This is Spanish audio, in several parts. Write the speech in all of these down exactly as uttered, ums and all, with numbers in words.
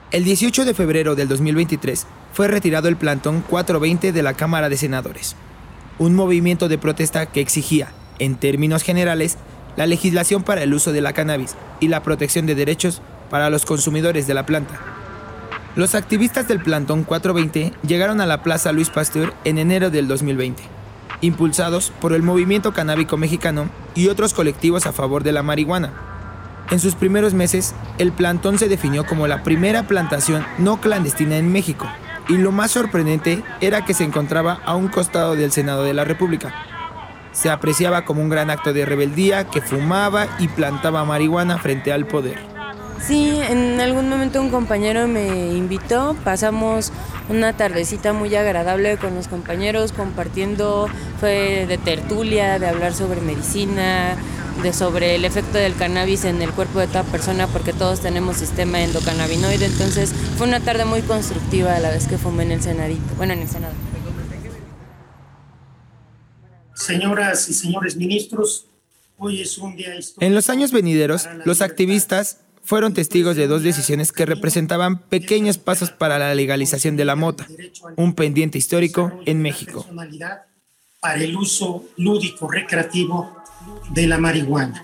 El dieciocho de febrero del dos mil veintitrés fue retirado el plantón cuatrocientos veinte de la Cámara de Senadores, un movimiento de protesta que exigía, en términos generales, la legislación para el uso de la cannabis y la protección de derechos para los consumidores de la planta. Los activistas del plantón cuatrocientos veinte llegaron a la Plaza Luis Pasteur en enero del dos mil veinte, impulsados por el movimiento canábico mexicano y otros colectivos a favor de la marihuana. En sus primeros meses, el plantón se definió como la primera plantación no clandestina en México, y lo más sorprendente era que se encontraba a un costado del Senado de la República. Se apreciaba como un gran acto de rebeldía que fumaba y plantaba marihuana frente al poder. Sí, en algún momento un compañero me invitó, pasamos una tardecita muy agradable con los compañeros compartiendo, fue de tertulia, de hablar sobre medicina, de sobre el efecto del cannabis en el cuerpo de toda persona, porque todos tenemos sistema endocannabinoide, entonces fue una tarde muy constructiva a la vez que fumé en el Senadito, bueno, en el Senado. Señoras y señores ministros, hoy es un día histórico. En los años venideros, los activistas fueron testigos de dos decisiones que representaban pequeños pasos para la legalización de la mota, un pendiente histórico en México. Para el uso lúdico recreativo de la marihuana.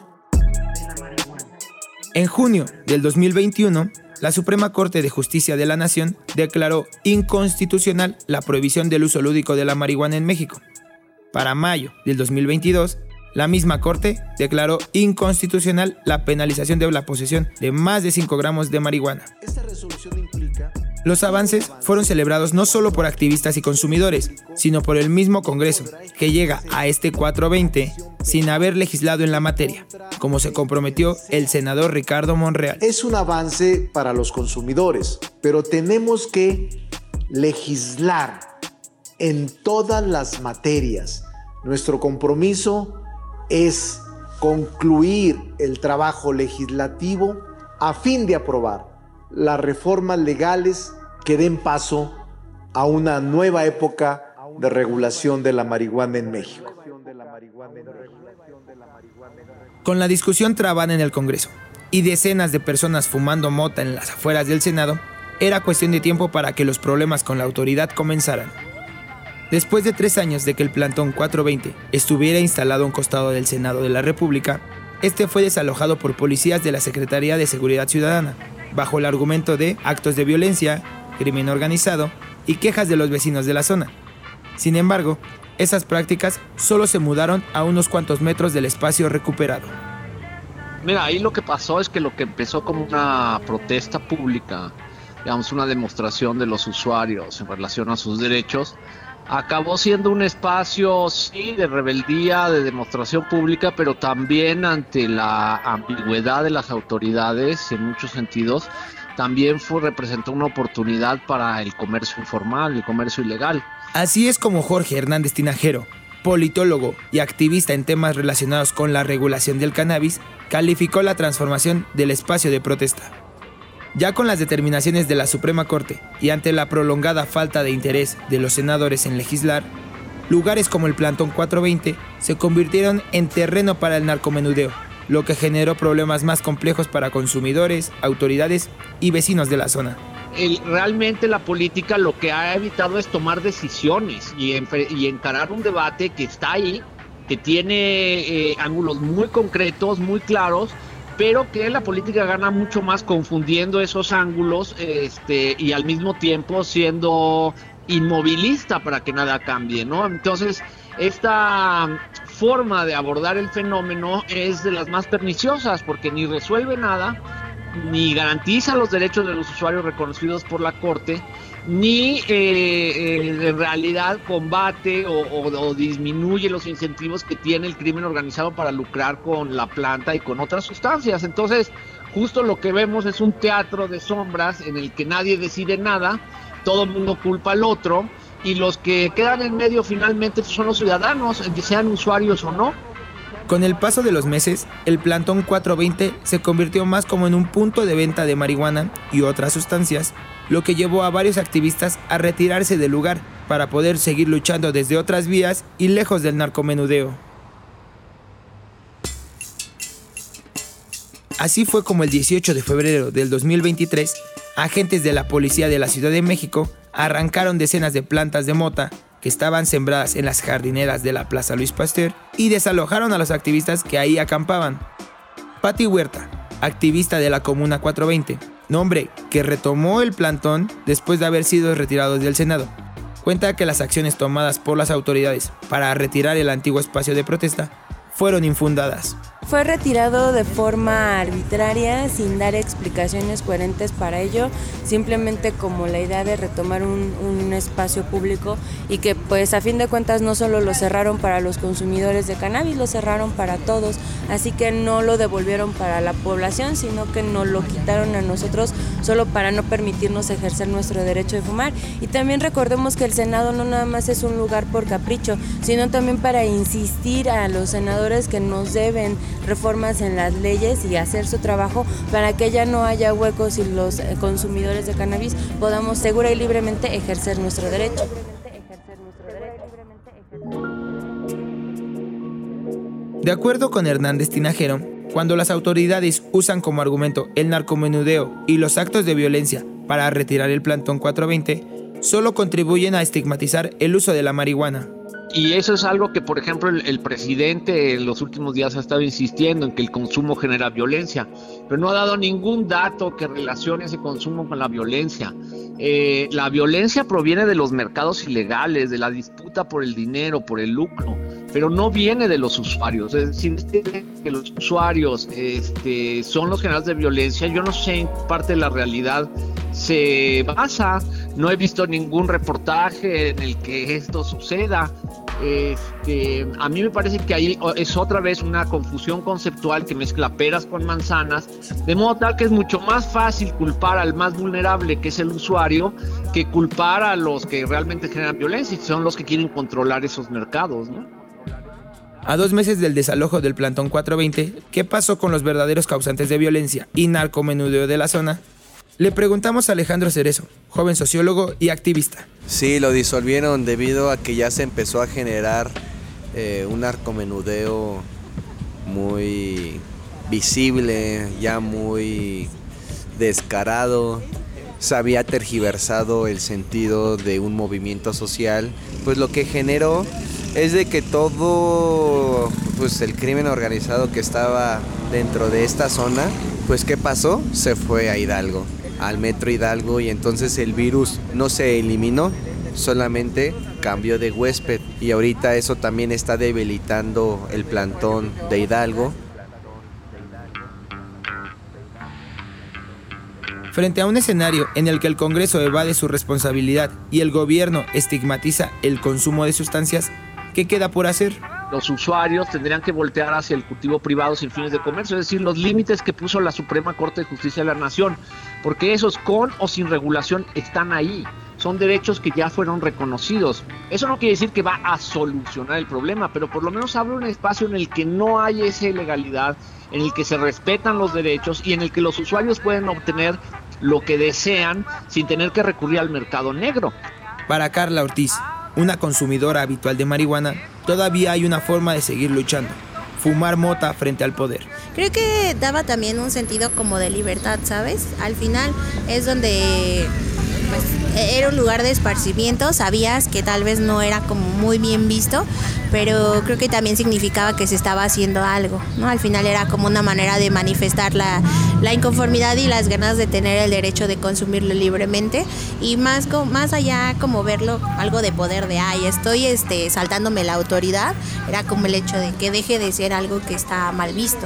En junio del dos mil veintiuno, la Suprema Corte de Justicia de la Nación declaró inconstitucional la prohibición del uso lúdico de la marihuana en México. Para mayo del dos mil veintidós, la misma Corte declaró inconstitucional la penalización de la posesión de más de cinco gramos de marihuana. Esta resolución implica... Los avances fueron celebrados no solo por activistas y consumidores, sino por el mismo Congreso, que llega a este cuatrocientos veinte sin haber legislado en la materia, como se comprometió el senador Ricardo Monreal. Es un avance para los consumidores, pero tenemos que legislar en todas las materias. Nuestro compromiso es concluir el trabajo legislativo a fin de aprobar las reformas legales que den paso a una nueva época de regulación de la marihuana en México. Con la discusión trabada en el Congreso y decenas de personas fumando mota en las afueras del Senado, era cuestión de tiempo para que los problemas con la autoridad comenzaran. Después de tres años de que el plantón cuatrocientos veinte estuviera instalado a un costado del Senado de la República, este fue desalojado por policías de la Secretaría de Seguridad Ciudadana, bajo el argumento de actos de violencia, crimen organizado y quejas de los vecinos de la zona. Sin embargo, esas prácticas solo se mudaron a unos cuantos metros del espacio recuperado. Mira, ahí lo que pasó es que lo que empezó como una protesta pública, digamos una demostración de los usuarios en relación a sus derechos, acabó siendo un espacio, sí, de rebeldía, de demostración pública, pero también ante la ambigüedad de las autoridades, en muchos sentidos, también fue, representó una oportunidad para el comercio informal, el comercio ilegal. Así es como Jorge Hernández Tinajero, politólogo y activista en temas relacionados con la regulación del cannabis, calificó la transformación del espacio de protesta. Ya con las determinaciones de la Suprema Corte y ante la prolongada falta de interés de los senadores en legislar, lugares como el plantón cuatrocientos veinte se convirtieron en terreno para el narcomenudeo, lo que generó problemas más complejos para consumidores, autoridades y vecinos de la zona. El, realmente la política lo que ha evitado es tomar decisiones y, en, y encarar un debate que está ahí, que tiene eh, ángulos muy concretos, muy claros, pero que la política gana mucho más confundiendo esos ángulos este, y al mismo tiempo siendo inmovilista para que nada cambie, ¿no? Entonces, esta forma de abordar el fenómeno es de las más perniciosas porque ni resuelve nada, ni garantiza los derechos de los usuarios reconocidos por la Corte, ni eh, eh, en realidad combate o, o, o disminuye los incentivos que tiene el crimen organizado para lucrar con la planta y con otras sustancias. Entonces, justo lo que vemos es un teatro de sombras en el que nadie decide nada, todo el mundo culpa al otro, y los que quedan en medio finalmente son los ciudadanos, sean usuarios o no. Con el paso de los meses, el plantón cuatrocientos veinte se convirtió más como en un punto de venta de marihuana y otras sustancias, lo que llevó a varios activistas a retirarse del lugar para poder seguir luchando desde otras vías y lejos del narcomenudeo. Así fue como el dieciocho de febrero del dos mil veintitrés, agentes de la policía de la Ciudad de México arrancaron decenas de plantas de mota que estaban sembradas en las jardineras de la Plaza Luis Pasteur y desalojaron a los activistas que ahí acampaban. Pati Huerta, activista de la Comuna cuatrocientos veinte, nombre que retomó el plantón después de haber sido retirado del Senado, cuenta que las acciones tomadas por las autoridades para retirar el antiguo espacio de protesta fueron infundadas. Fue retirado de forma arbitraria, sin dar explicaciones coherentes para ello, simplemente como la idea de retomar un, un espacio público y que pues a fin de cuentas no solo lo cerraron para los consumidores de cannabis, lo cerraron para todos, así que no lo devolvieron para la población, sino que nos lo quitaron a nosotros solo para no permitirnos ejercer nuestro derecho de fumar. Y también recordemos que el Senado no nada más es un lugar por capricho, sino también para insistir a los senadores que nos deben reformas en las leyes y hacer su trabajo para que ya no haya huecos y los consumidores de cannabis podamos segura y libremente ejercer nuestro derecho. De acuerdo con Hernández Tinajero, cuando las autoridades usan como argumento el narcomenudeo y los actos de violencia para retirar el plantón cuatrocientos veinte, solo contribuyen a estigmatizar el uso de la marihuana. Y eso es algo que, por ejemplo, el, el presidente en los últimos días ha estado insistiendo en que el consumo genera violencia, pero no ha dado ningún dato que relacione ese consumo con la violencia. Eh, la violencia proviene de los mercados ilegales, de la disputa por el dinero, por el lucro, pero no viene de los usuarios. Es decir, que los usuarios este, son los generadores de violencia. Yo no sé en qué parte de la realidad se basa. No he visto ningún reportaje en el que esto suceda. Este, a mí me parece que ahí es otra vez una confusión conceptual que mezcla peras con manzanas, de modo tal que es mucho más fácil culpar al más vulnerable, que es el usuario, que culpar a los que realmente generan violencia y son los que quieren controlar esos mercados, ¿no? A dos meses del desalojo del plantón cuatrocientos veinte, ¿qué pasó con los verdaderos causantes de violencia y narcomenudeo de la zona? Le preguntamos a Alejandro Cerezo, joven sociólogo y activista. Sí, lo disolvieron debido a que ya se empezó a generar eh, un narcomenudeo muy visible, ya muy descarado. Se había tergiversado el sentido de un movimiento social, pues lo que generó es de que todo pues el crimen organizado que estaba dentro de esta zona, pues ¿qué pasó? Se fue a Hidalgo, al Metro Hidalgo, y entonces el virus no se eliminó, solamente cambió de huésped, y ahorita eso también está debilitando el plantón de Hidalgo. Frente a un escenario en el que el Congreso evade su responsabilidad y el gobierno estigmatiza el consumo de sustancias, ¿qué queda por hacer? Los usuarios tendrían que voltear hacia el cultivo privado sin fines de comercio, es decir, los límites que puso la Suprema Corte de Justicia de la Nación, porque esos con o sin regulación están ahí, son derechos que ya fueron reconocidos. Eso no quiere decir que va a solucionar el problema, pero por lo menos abre un espacio en el que no hay esa ilegalidad, en el que se respetan los derechos y en el que los usuarios pueden obtener lo que desean sin tener que recurrir al mercado negro. Para Carla Ortiz, una consumidora habitual de marihuana, todavía hay una forma de seguir luchando: fumar mota frente al poder. Creo que daba también un sentido como de libertad, ¿sabes? Al final es donde pues, era un lugar de esparcimiento, sabías que tal vez no era como muy bien visto, pero creo que también significaba que se estaba haciendo algo, ¿no? Al final era como una manera de manifestar la, la inconformidad y las ganas de tener el derecho de consumirlo libremente, y más, más allá como verlo algo de poder de, ay, estoy este, saltándome la autoridad, era como el hecho de que deje de ser algo que está mal visto.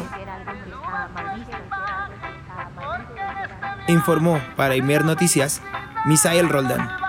Informó para Imer Noticias Misael Roldán.